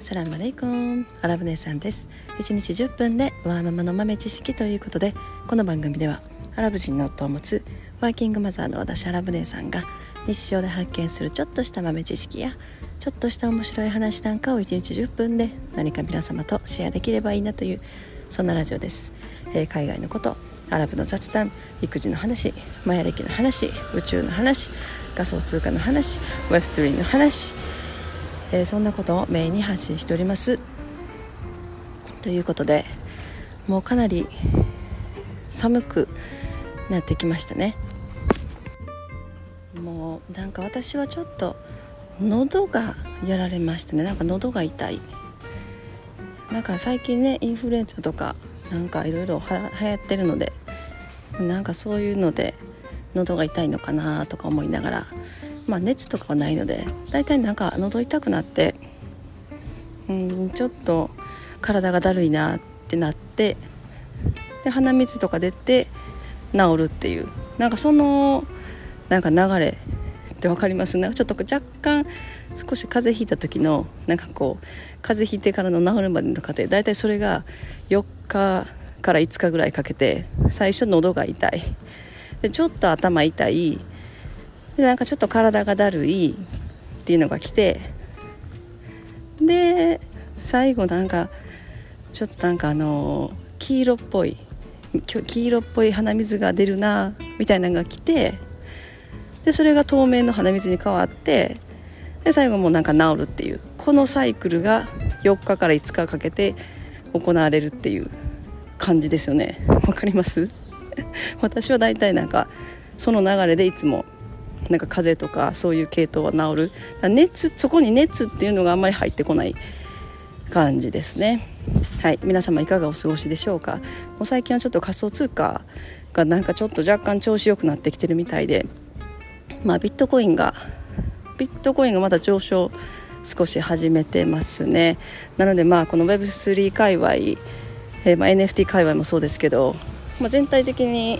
サラムアレイコン、アラブ姉さんです。1日10分でワーママの豆知識ということで、この番組ではアラブ人の夫を持つワーキングマザーの私アラブ姉さんが日常で発見するちょっとした豆知識やちょっとした面白い話なんかを1日10分で何か皆様とシェアできればいいなという、そんなラジオです。海外のこと、アラブの雑談、育児の話、マヤ歴の話、宇宙の話、仮想通貨の話、Web3 の話、そんなことをメインに発信しております。ということで、もうかなり寒くなってきましたね。もうなんか私はちょっと喉がやられましたね。なんか喉が痛い。なんか最近ね、インフルエンザとかなんかいろいろ流行ってるので、なんかそういうので喉が痛いのかなとか思いながら、熱とかはないので、だいたいなんか喉痛くなって、ちょっと体がだるいなってなって、で鼻水とか出て治るっていう、なんかそのなんか流れって分かりますね。ちょっと若干少し風邪ひいた時のなんかこう風邪ひいてからの治るまでの過程、だいたいそれが4日から5日ぐらいかけて、最初喉が痛いで、ちょっと頭痛いで、なんかちょっと体がだるいっていうのが来て、で最後なんかちょっとなんか黄色っぽい鼻水が出るなみたいなのが来て、でそれが透明の鼻水に変わって、で最後もなんか治るっていう、このサイクルが4日から5日かけて行われるっていう感じですよね。わかります私はだいたいなんかその流れでいつもなんか風邪とかそういう系統は治る。そこに熱っていうのがあんまり入ってこない感じですね。はい、皆様いかがお過ごしでしょうか。もう最近はちょっと仮想通貨がなんかちょっと若干調子良くなってきてるみたいで、ビットコインがまた上昇少し始めてますね。なのでこの Web3 界隈、NFT 界隈もそうですけど、全体的に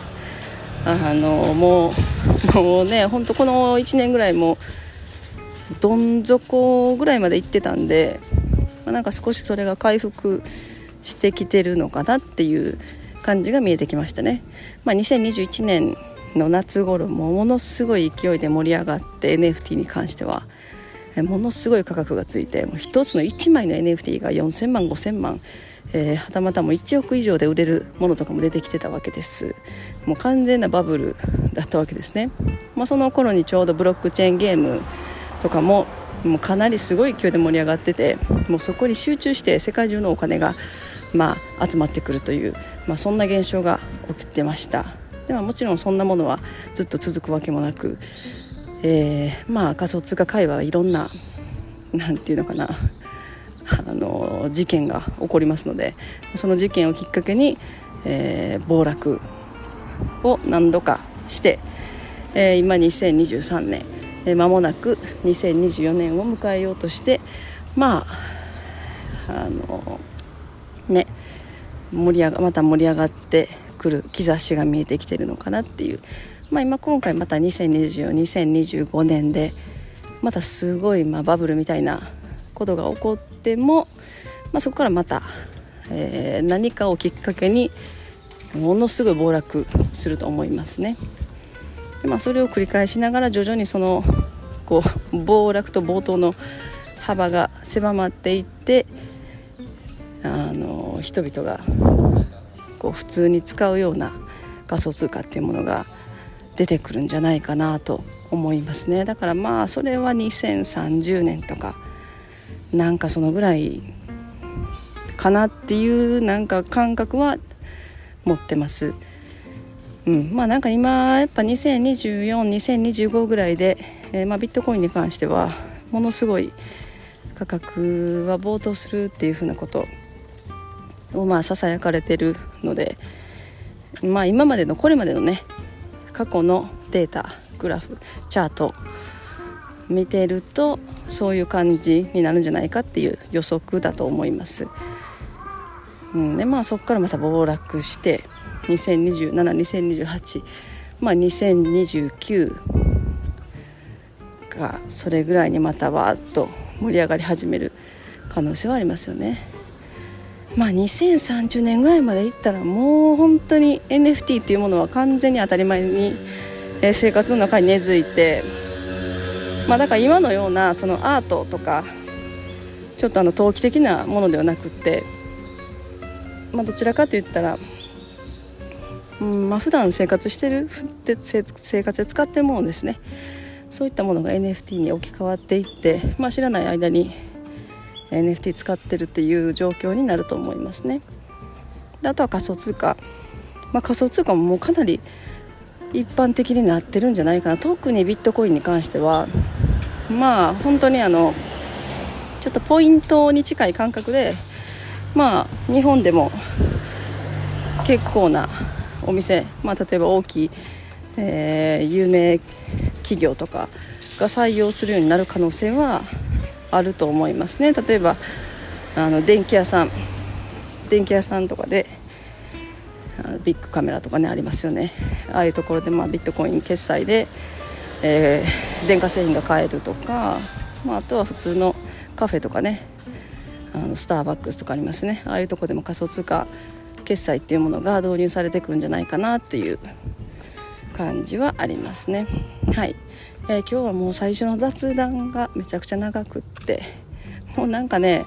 もうね、本当この1年ぐらいもどん底ぐらいまで行ってたんで、なんか少しそれが回復してきてるのかなっていう感じが見えてきましたね。2021年の夏頃ものすごい勢いで盛り上がって、 NFT に関してはものすごい価格がついて、もう一つの1枚の NFT が4000万5000万、はたまたも1億以上で売れるものとかも出てきてたわけです。もう完全なバブルだったわけですね。その頃にちょうどブロックチェーンゲームとかもうかなりすごい勢いで盛り上がってて、もうそこに集中して世界中のお金が集まってくるという、そんな現象が起きてました。でもちろんそんなものはずっと続くわけもなく、仮想通貨界隈はいろんななんていうのかな、事件が起こりますので、その事件をきっかけに、暴落を何度かして、今2023年、間もなく2024年を迎えようとして、また盛り上がってくる兆しが見えてきているのかなっていう、今回また2024、2025年でまたすごいバブルみたいなことが起こっても、そこからまた、何かをきっかけにものすごい暴落すると思いますね。でそれを繰り返しながら徐々にその暴落と暴騰の幅が狭まっていって、人々が普通に使うような仮想通貨っていうものが出てくるんじゃないかなと思いますね。だからそれは2030年とかなんかそのぐらいかなっていうなんか感覚は持ってます。なんか今やっぱ2024、2025ぐらいで、ビットコインに関してはものすごい価格は暴騰するっていうふうなことをささやかれてるので、今までのこれまでのね、過去のデータ、グラフ、チャート見てるとそういう感じになるんじゃないかっていう予測だと思います。でそこからまた暴落して2027、2028、2029がそれぐらいにまたわーっと盛り上がり始める可能性はありますよね。2030年ぐらいまでいったらもう本当に NFT っていうものは完全に当たり前に生活の中に根付いて、だから今のようなそのアートとかちょっと投機的なものではなくって、どちらかといったら、普段生活してる生活で使ってるものですね、そういったものが NFT に置き換わっていって、知らない間に NFT 使ってるっていう状況になると思いますね。であとは仮想通貨、仮想通貨ももうかなり一般的になってるんじゃないかな。特にビットコインに関しては本当にちょっとポイントに近い感覚で、日本でも結構なお店、例えば大きい、有名企業とかが採用するようになる可能性はあると思いますね。例えば電気屋さんとかでビッグカメラとかねありますよね。ああいうところでビットコイン決済で、電化製品が買えるとか、あとは普通のカフェとかね、スターバックスとかありますね。ああいうところでも仮想通貨決済っていうものが導入されてくるんじゃないかなっていう感じはありますね。はい、今日はもう最初の雑談がめちゃくちゃ長くって、もうなんかね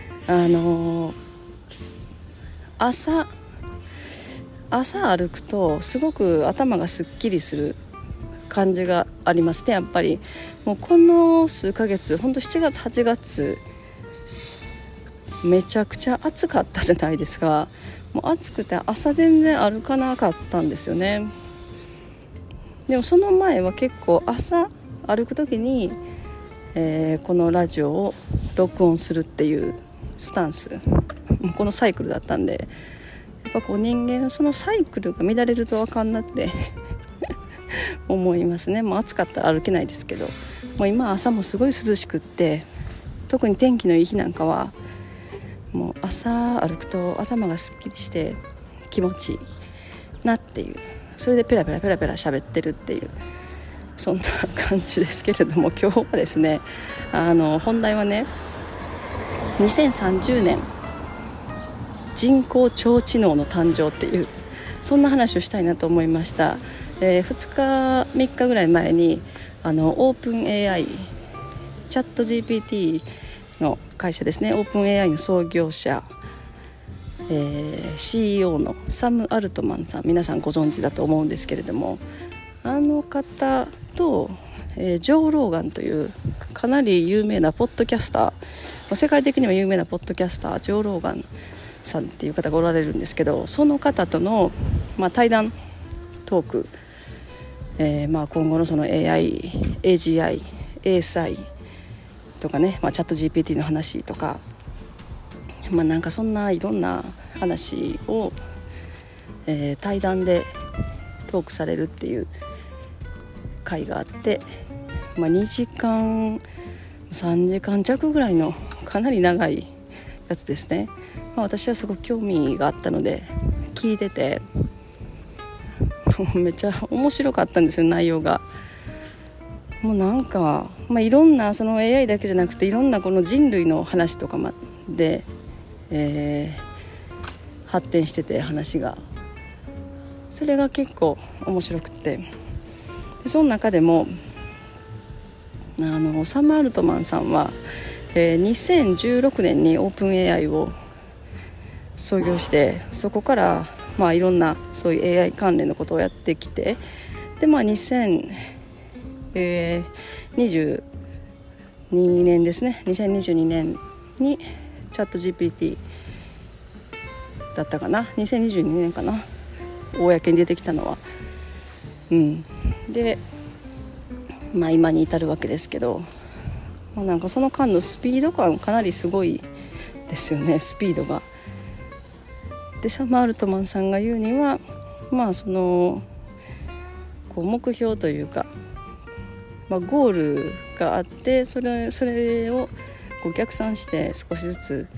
朝歩くとすごく頭がすっきりする感じがありますね。やっぱりもうこの数ヶ月、ほんと7月8月めちゃくちゃ暑かったじゃないですか。もう暑くて朝全然歩かなかったんですよね。でもその前は結構朝歩く時に、このラジオを録音するっていうスタンス、このサイクルだったんで、やっぱ人間のそのサイクルが乱れるとあかんなって思いますね。もう暑かったら歩けないですけど、もう今朝もすごい涼しくって、特に天気のいい日なんかはもう朝歩くと頭がすっきりして気持ちいいなっていう、それでペラペラ喋ってるっていう、そんな感じですけれども、今日はですね本題はね、2030年人工超知能の誕生っていう、そんな話をしたいなと思いました。2日3日ぐらい前にオープン AI チャット GPT の会社ですね、オープン AI の創業者、CEO のサム・アルトマンさん、皆さんご存知だと思うんですけれども、あの方と、ジョー・ローガンというかなり有名なポッドキャスター、世界的にも有名なポッドキャスタージョー・ローガンさんっていう方がおられるんですけど、その方との、対談トーク、今後のその AI、AGI、ASI とかね、チャット GPT の話とか、なんかそんないろんな話を、対談でトークされるっていう会があって、2時間3時間弱ぐらいのかなり長いやつですね。私はすごく興味があったので聞いてて、めっちゃ面白かったんですよ、内容が。もうなんか、いろんなその AI だけじゃなくて、いろんなこの人類の話とかまで、発展してて、話がそれが結構面白くて、でその中でもサム・アルトマンさんは、2016年にオープン AI を創業して、そこからいろんなそういう AI 関連のことをやってきて、で2022年ですね、2022年にチャット GPT だったかな、2022年かな、公に出てきたのは、で今に至るわけですけど、なんかその間のスピード感かなりすごいですよね、スピードが。でサム・アルトマンさんが言うには、そのこう目標というか、ゴールがあって、それをこう逆算して少しずつ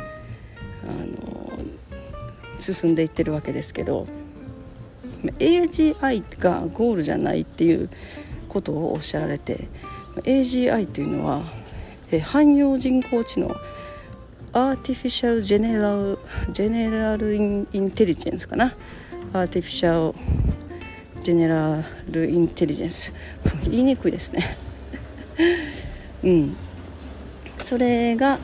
進んでいってるわけですけど、AGI がゴールじゃないっていうことをおっしゃられて、 AGI というのは汎用人工知能、 アーティフィシャルジェネラルインテリジェンスかな。アーティフィシャルジェネラルインテリジェンス言いにくいですねそれが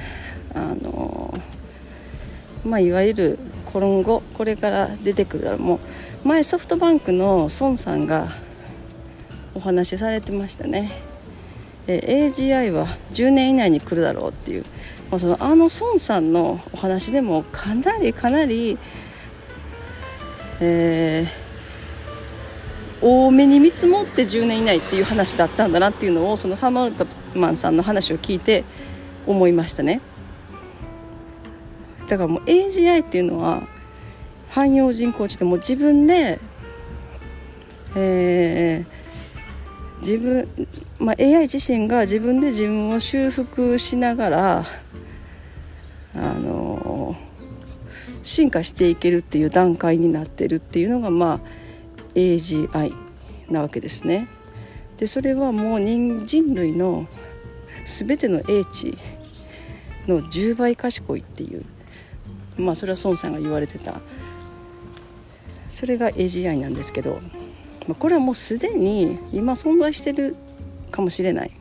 いわゆる今後これから出てくるだろう。もう前ソフトバンクの孫さんがお話しされてましたね。AGI は10年以内に来るだろうっていう、孫さんのお話でもかなり多めに見積もって10年以内っていう話だったんだなっていうのをそのサム・アルトマンさんの話を聞いて思いましたね。だからもう AGI っていうのは汎用人工知能も自分で、AI 自身が自分で自分を修復しながら進化していけるっていう段階になってるっていうのがAGI なわけですね。でそれはもう人類の全ての英知の10倍賢いっていう、それは孫さんが言われてた、それが AGI なんですけど、これはもうすでに今存在してるかもしれない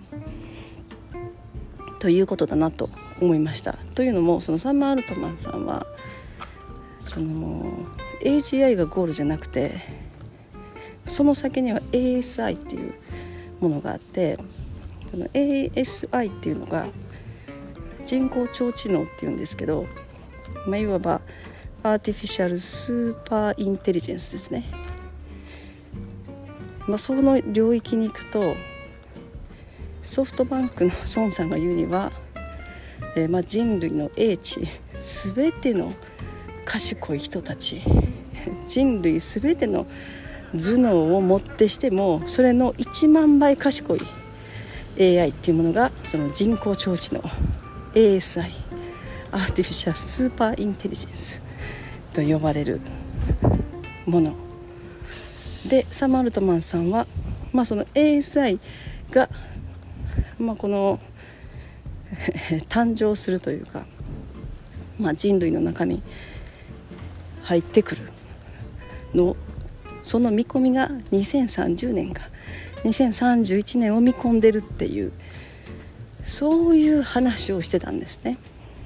ということだなと思いました。というのもそのサム・アルトマンさんはその AGI がゴールじゃなくて、その先には ASI っていうものがあって、その ASI っていうのが人工超知能っていうんですけど、いわばアーティフィシャルスーパーインテリジェンスですね。その領域に行くとソフトバンクの孫さんが言うには、人類の英知全ての賢い人たち、人類全ての頭脳をもってしてもそれの1万倍賢い AI っていうものがその人工超知能 ASI アーティフィシャルスーパーインテリジェンスと呼ばれるもので、サム・アルトマンさんは、その ASI が、この誕生するというか、人類の中に入ってくるの、その見込みが2030年か2031年を見込んでるっていう、そういう話をしてたんですね。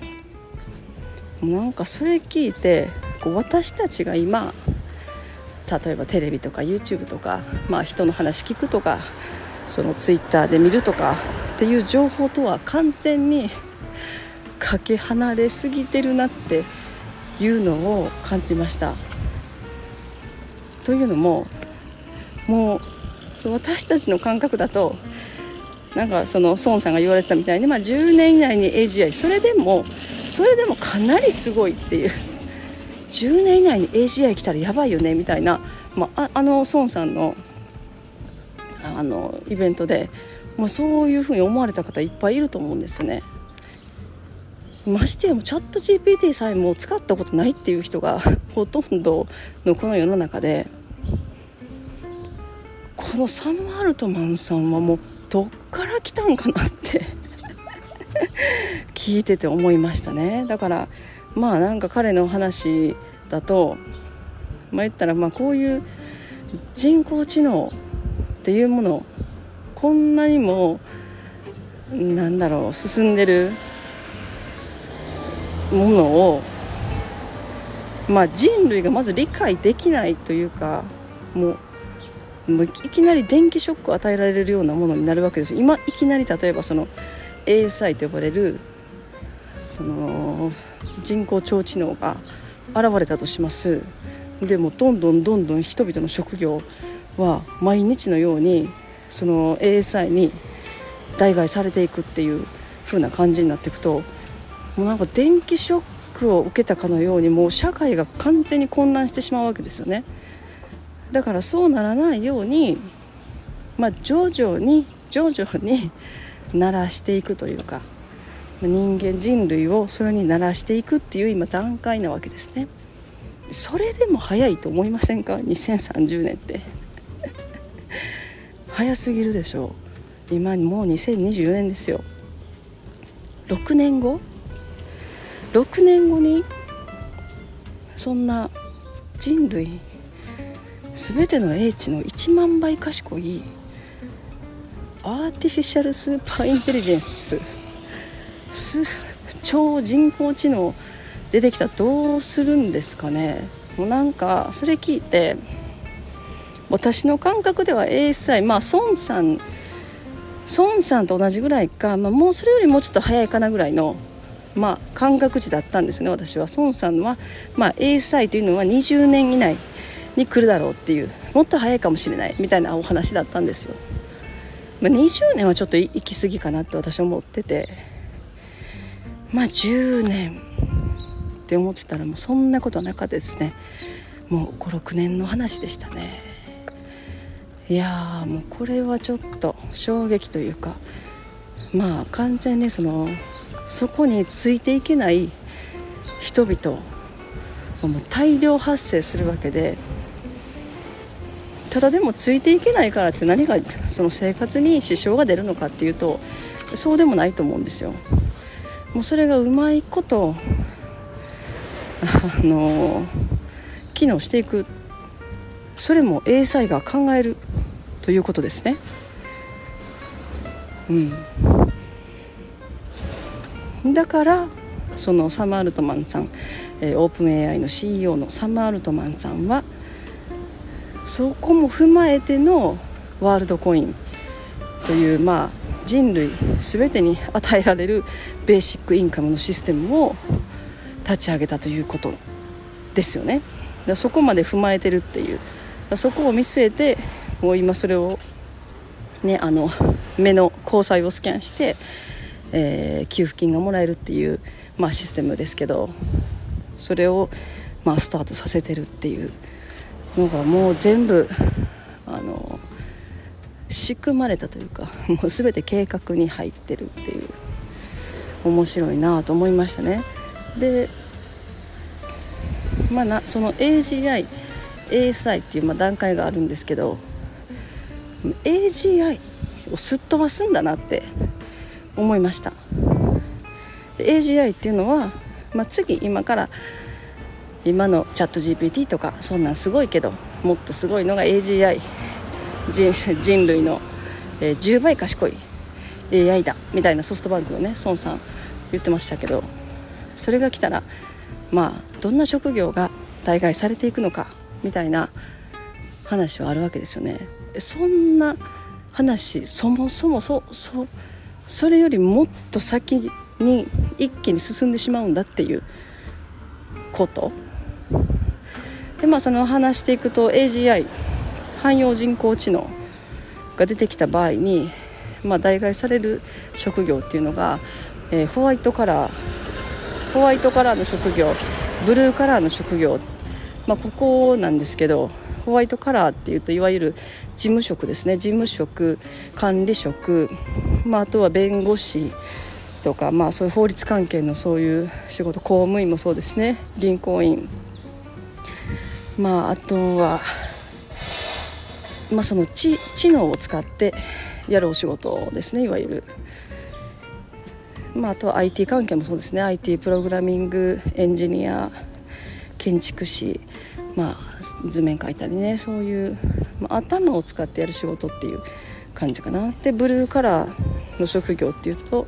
なんかそれ聞いて私たちが今例えばテレビとか YouTube とか、人の話聞くとかその Twitter で見るとかっていう情報とは完全にかけ離れすぎてるなっていうのを感じました。というのももう私たちの感覚だとなんかその孫さんが言われてたみたいに、10年以内に AGI それでもかなりすごいっていう、10年以内に AGI 来たらやばいよねみたいな、孫さんのイベントで、そういうふうに思われた方いっぱいいると思うんですよね。ましてやチャット GPT さえも使ったことないっていう人がほとんどのこの世の中で、このサム・アルトマンさんはもうどっから来たんかなって聞いてて思いましたね。だからなんか彼の話だと、言ったらこういう人工知能っていうもの、こんなにも進んでるものを、人類がまず理解できないというか、もういきなり電気ショックを与えられるようなものになるわけです。今いきなり例えばその ASI と呼ばれるその人工超知能が現れたとします。でもどんどん人々の職業は毎日のようにその ASI に代替されていくっていう風な感じになっていくと、もうなんか電気ショックを受けたかのようにもう社会が完全に混乱してしまうわけですよね。だからそうならないように、徐々に慣らしていくというか、人類をそれに慣らしていくっていう今段階なわけですね。それでも早いと思いませんか？2030年って早すぎるでしょう。今もう2024年ですよ。6年後 6年後にそんな人類全ての英知の1万倍賢いアーティフィシャルスーパーインテリジェンス超人工知能出てきたらどうするんですかね。もうなんかそれ聞いて私の感覚では AI、孫さんと同じぐらいか、もうそれよりもうちょっと早いかなぐらいの、感覚値だったんですよね。私は孫さんは、AI というのは20年以内に来るだろうっていう、もっと早いかもしれないみたいなお話だったんですよ。20年はちょっと行き過ぎかなって私は思ってて、10年って思ってたらもうそんなことはなかったですね。もう5、6年の話でしたね。いやもうこれはちょっと衝撃というか、完全にそこについていけない人々もう大量発生するわけで、ただでもついていけないからって何がその生活に支障が出るのかっていうと、そうでもないと思うんですよ。もうそれがうまいこと機能していく、それも AI が考えるということですね。だからそのサム・アルトマンさん、オープン AI の CEO のサム・アルトマンさんはそこも踏まえてのワールドコインという、人類全てに与えられるベーシックインカムのシステムを立ち上げたということですよね。そこまで踏まえてるっていう、そこを見据えてもう今それを、目の虹彩をスキャンして、給付金がもらえるっていう、システムですけど、それを、スタートさせてるっていうのがもう全部仕組まれたというか、もう全て計画に入ってるっていう、面白いなと思いましたね。で、その AGI、ASI っていう段階があるんですけど、AGI をすっ飛ばすんだなって思いました。AGI っていうのは、次今から今のチャット GPT とかそんなんすごいけど、もっとすごいのが AGI、 人類の10倍賢い AI だみたいな、ソフトバンクのね孫さん言ってましたけど、それが来たらどんな職業が代替されていくのかみたいな話はあるわけですよね。そんな話、そもそもそれよりもっと先に一気に進んでしまうんだっていうことで、その話していくと AGI、 汎用人工知能が出てきた場合に、代替される職業っていうのが、ホワイトカラーの職業、ブルーカラーの職業、ここなんですけど、ホワイトカラーっていうといわゆる事務職ですね。事務職、管理職、あとは弁護士とか、そういう法律関係のそういう仕事、公務員もそうですね、銀行員、あとは、その知能を使ってやるお仕事ですね、いわゆる。あとは IT 関係もそうですね。 IT プログラミングエンジニア、建築士、図面描いたりね、そういう、頭を使ってやる仕事っていう感じかな。でブルーカラーの職業っていうと、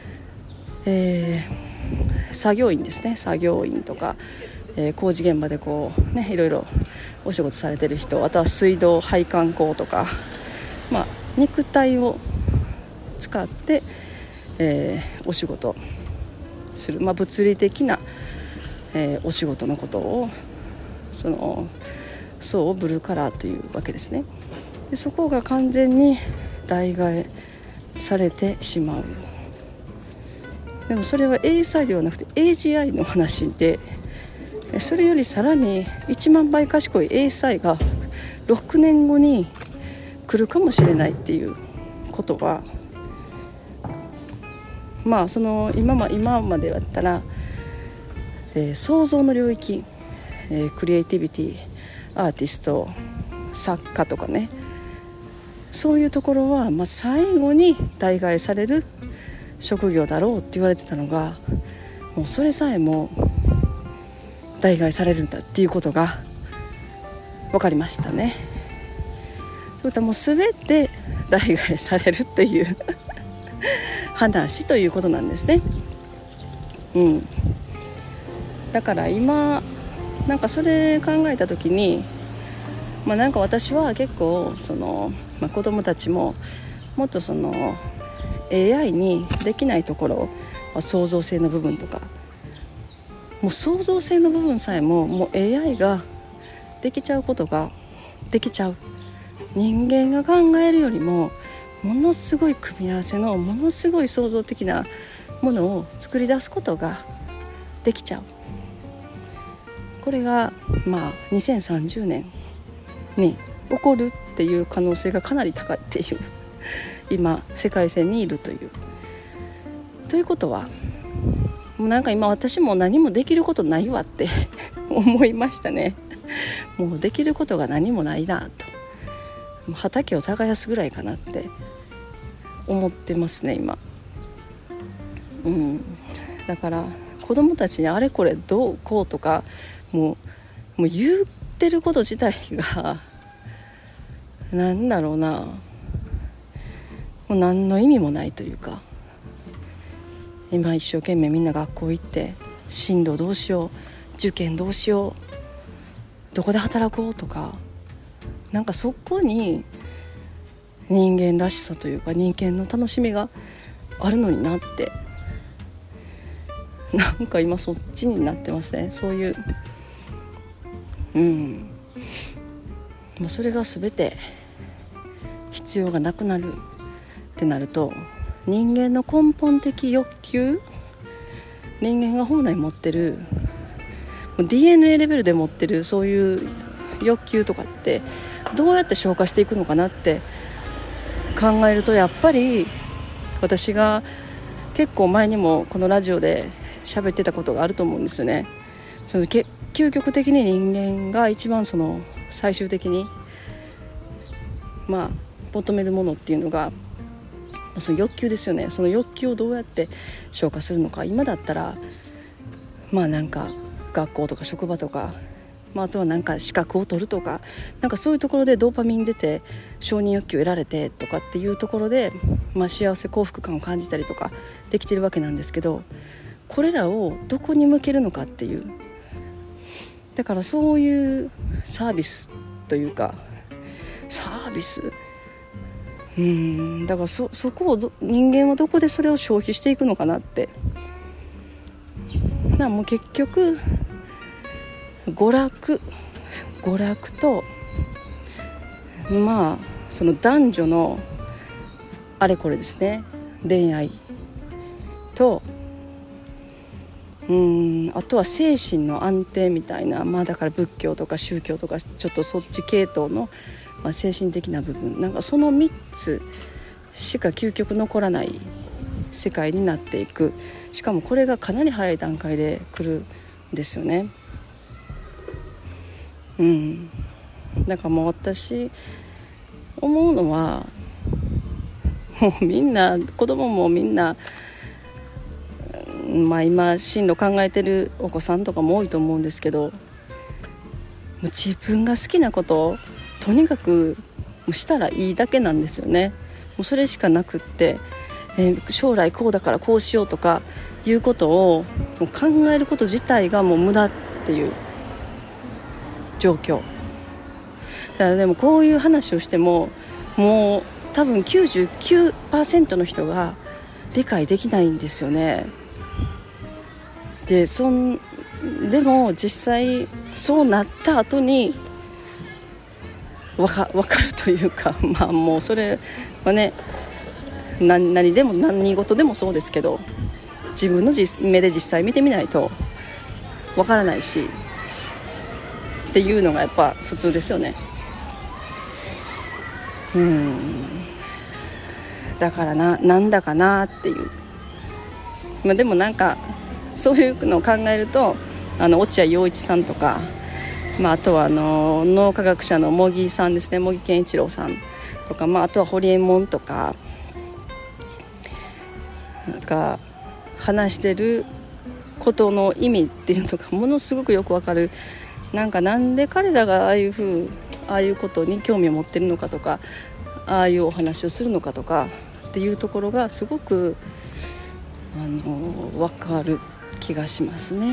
作業員ですね。作業員とか、工事現場でいろいろお仕事されてる人、あとは水道配管工とか、肉体を使ってお仕事する、物理的な、お仕事のことをそうブルーカラーというわけですね。でそこが完全に代替されてしまう。でもそれは ASI ではなくて AGI の話で、それよりさらに1万倍賢い ASI が6年後に来るかもしれないっていうことは、今までだったら、想像の領域、クリエイティビティ、アーティスト、作家とかね、そういうところは、最後に代替される職業だろうって言われてたのが、 もうそれさえも代替されるんだっていうことが分かりましたね。そういったもう全て代替されるという話ということなんですね。だから今なんかそれ考えた時に、なんか私は結構子供たちももっとAI にできないところ、創造性の部分とか、もう創造性の部分さえもう AI ができちゃうことができちゃう。人間が考えるよりもものすごい組み合わせのものすごい創造的なものを作り出すことができちゃう。これが2030年に起こるっていう可能性がかなり高いっていう今世界線にいるということは、もうなんか今私も何もできることないわって思いましたね。もうできることが何もないなと、畑を耕すぐらいかなって思ってますね今。だから子供たちにあれこれどうこうとかもう言ってること自体がなんだろうな、もう何の意味もないというか、今一生懸命みんな学校行って進路どうしよう、受験どうしよう、どこで働こうとか、なんかそこに人間らしさというか人間の楽しみがあるのになって、なんか今そっちになってますね。そういうそれが全て必要がなくなるってなると、人間の根本的欲求、人間が本来持ってる DNA レベルで持ってるそういう欲求とかってどうやって消化していくのかなって考えると、やっぱり私が結構前にもこのラジオで喋ってたことがあると思うんですよね。究極的に人間が一番最終的に求めるものっていうのがその欲求ですよね。その欲求をどうやって消化するのか。今だったらなんか学校とか職場とか、あとはなんか資格を取るとか、なんかそういうところでドーパミン出て承認欲求を得られてとかっていうところで、幸せ幸福感を感じたりとかできてるわけなんですけど、これらをどこに向けるのかっていう、だからそういうサービスというかだからそこを人間はどこでそれを消費していくのかなって。もう結局娯楽とその男女のあれこれですね、恋愛とあとは精神の安定みたいな、だから仏教とか宗教とかちょっとそっち系統の、精神的な部分、なんかその3つしか究極残らない世界になっていく。しかもこれがかなり早い段階で来るんですよね。だからもう私思うのは、もうみんな子供もみんな今進路考えてるお子さんとかも多いと思うんですけど、もう自分が好きなことをとにかくしたらいいだけなんですよね。もうそれしかなくって、将来こうだからこうしようとかいうことをもう考えること自体がもう無駄っていう状況だから。でもこういう話をしてももう多分 99% の人が理解できないんですよね。でも実際そうなった後に分かるというか、もうそれはね、何事でもそうですけど、自分の目で実際見てみないと分からないしっていうのがやっぱ普通ですよね。だからなんだかなっていう、でもなんかそういうのを考えると落合陽一さんとか、あとは脳科学者の茂木さんですね、茂木健一郎さんとか、あとはホリエモンとかが話してることの意味っていうのがものすごくよくわかる。なんで彼らがああいうことに興味を持ってるのかとか、ああいうお話をするのかとかっていうところがすごくわかる気がしますね。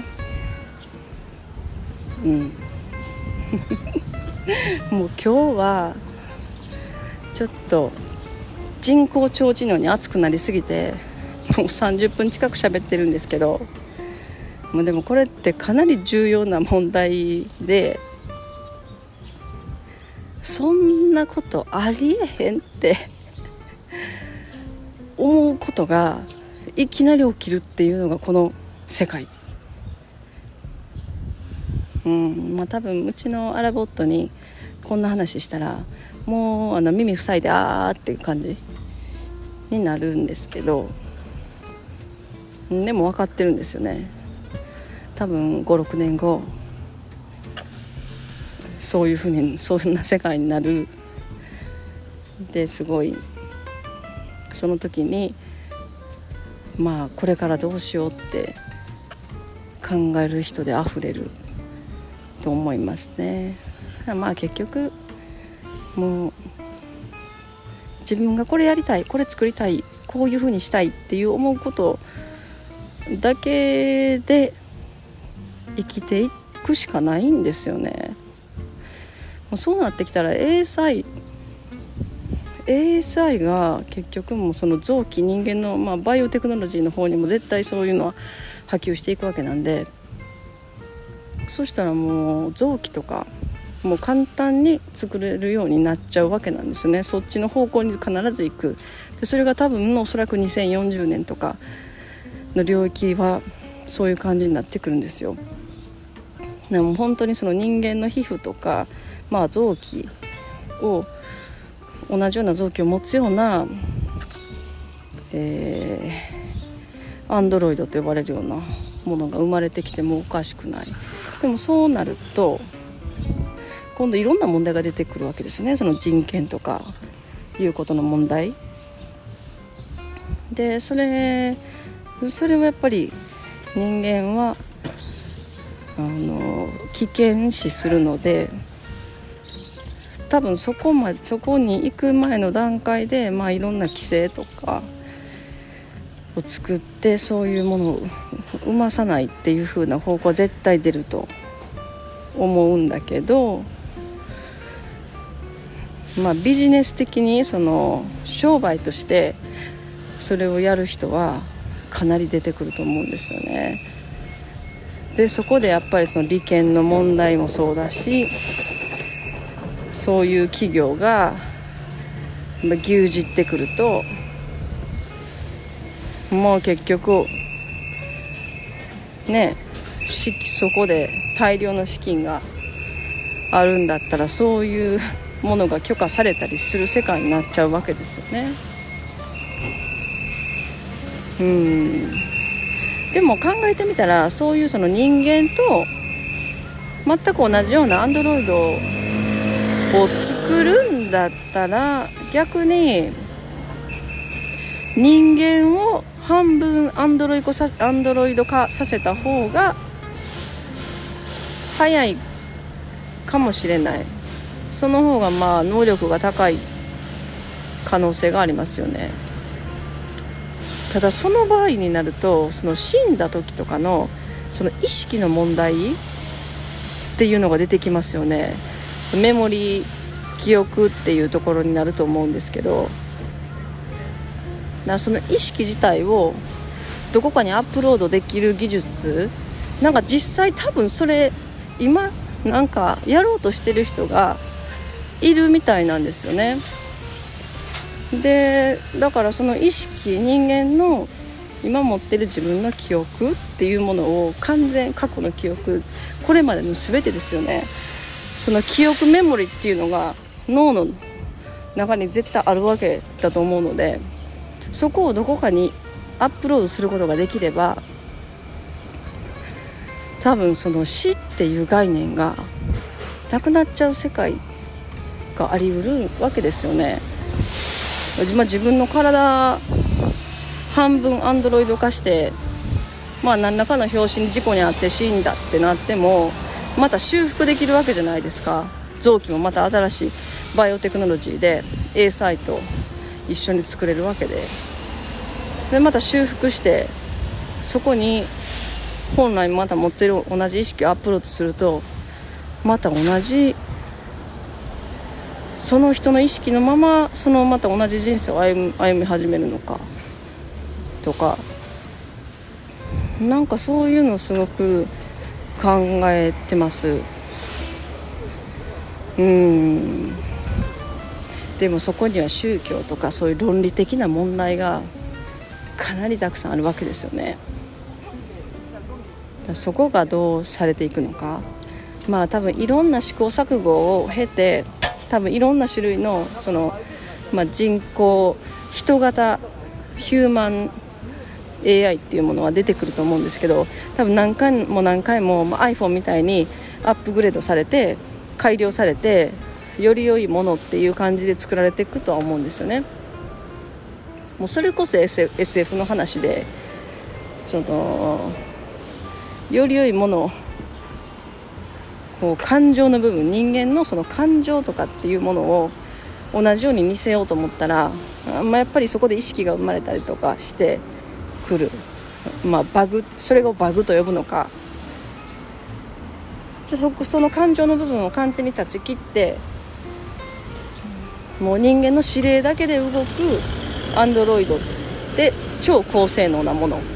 もう今日はちょっと人工超知能に熱くなりすぎてもう30分近く喋ってるんですけど、もうでもこれってかなり重要な問題で、そんなことありえへんって思うことがいきなり起きるっていうのがこの世界。多分うちのアラボットにこんな話したらもう耳塞いであーっていう感じになるんですけど、でも分かってるんですよね。多分 5,6 年後そういうふうにそんな世界になるですごいその時にこれからどうしようって考える人であふれると思いますね。結局もう自分がこれやりたい、これ作りたい、こういうふうにしたいっていう思うことだけで生きていくしかないんですよね。もうそうなってきたら ASI が結局もうその臓器人間の、バイオテクノロジーの方にも絶対そういうのは波及していくわけなんで、そしたらもう臓器とかもう簡単に作れるようになっちゃうわけなんですよね。そっちの方向に必ず行く。でそれが多分おそらく2040年とかの領域はそういう感じになってくるんですよ。でも本当にその人間の皮膚とか、臓器を同じような臓器を持つような、アンドロイドと呼ばれるようなものが生まれてきてもおかしくない。でもそうなると今度いろんな問題が出てくるわけですね。その人権とかいうことの問題で、それはやっぱり人間は危険視するので、多分そこに行く前の段階で、いろんな規制とかを作ってそういうものを生まさないっていう風な方向は絶対出ると思うんだけど、ビジネス的にその商売としてそれをやる人はかなり出てくると思うんですよね。でそこでやっぱりその利権の問題もそうだし、そういう企業が牛耳ってくるともう結局ね、そこで大量の資金があるんだったらそういうものが許可されたりする世界になっちゃうわけですよね。でも考えてみたら、そういうその人間と全く同じようなアンドロイドを作るんだったら、逆に人間を半分アンドロイド化させた方が早いかもしれない。その方が能力が高い可能性がありますよね。ただその場合になると、その死んだ時とかのその意識の問題っていうのが出てきますよね。メモリー、記憶っていうところになると思うんですけど、その意識自体をどこかにアップロードできる技術、実際多分それ今やろうとしてる人がいるみたいなんですよね。でだからその意識、人間の今持ってる自分の記憶っていうものを過去の記憶、これまでの全てですよね。その記憶、メモリっていうのが脳の中に絶対あるわけだと思うので、そこをどこかにアップロードすることができれば、多分その死っていう概念がなくなっちゃう世界があり得るわけですよね。自分の体半分アンドロイド化して、 何らかの拍子に事故に遭って死んだってなってもまた修復できるわけじゃないですか。臓器もまた新しいバイオテクノロジーで A サイト一緒に作れるわけで、また修復してそこに本来また持ってる同じ意識をアップロードするとまた同じその人の意識のまままた同じ人生を歩み始めるのかとか、なんかそういうのをすごく考えてます。でもそこには宗教とかそういう論理的な問題がかなりたくさんあるわけですよね。そこがどうされていくのか、多分いろんな試行錯誤を経て多分いろんな種類の人工人型ヒューマン AI っていうものは出てくると思うんですけど、多分何回も iPhone みたいにアップグレードされて改良されてより良いものっていう感じで作られていくとは思うんですよね。もうそれこそ SF の話でより良いものを感情の部分、人間のその感情とかっていうものを同じように似せようと思ったら、やっぱりそこで意識が生まれたりとかしてくる、バグ、それをバグと呼ぶのか、その感情の部分を完全に断ち切ってもう人間の指令だけで動くアンドロイドで超高性能なもの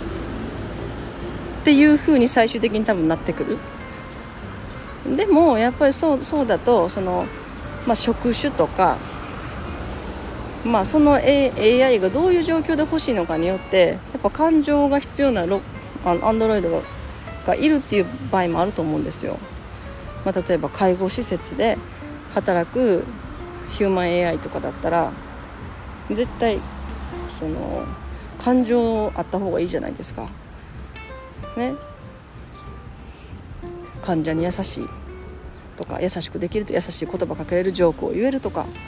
っていう風に最終的に多分なってくる。でもやっぱりそうだと職種とか、その AI がどういう状況で欲しいのかによってやっぱ感情が必要なアンドロイドがいるっていう場合もあると思うんですよ。例えば介護施設で働くヒューマン AI とかだったら絶対感情あった方がいいじゃないですかね。患者に優しいとか、優しくできると優しい言葉かけれる、ジョークを言えるとか、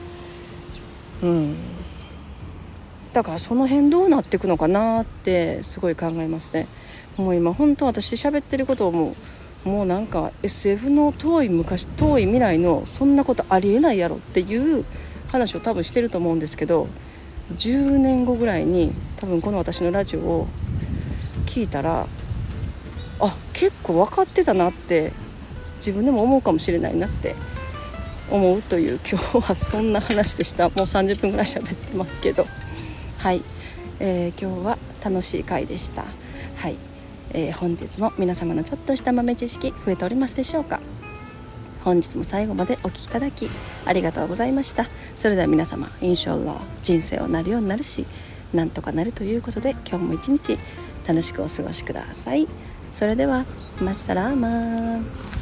だからその辺どうなっていくのかなってすごい考えますね。もう今本当私喋ってることをもうなんか SF の遠い未来のそんなことありえないやろっていう話を多分してると思うんですけど、10年後ぐらいに多分この私のラジオを聞いたら結構分かってたなって自分でも思うかもしれないなって思うという今日はそんな話でした。もう30分ぐらい喋ってますけど、はい、今日は楽しい回でした。はい、本日も皆様のちょっとした豆知識増えておりますでしょうか。本日も最後までお聞きいただきありがとうございました。それでは皆様インシャアラー人生をなるようになるしなんとかなるということで今日も一日楽しくお過ごしください。それではマッサラーマー。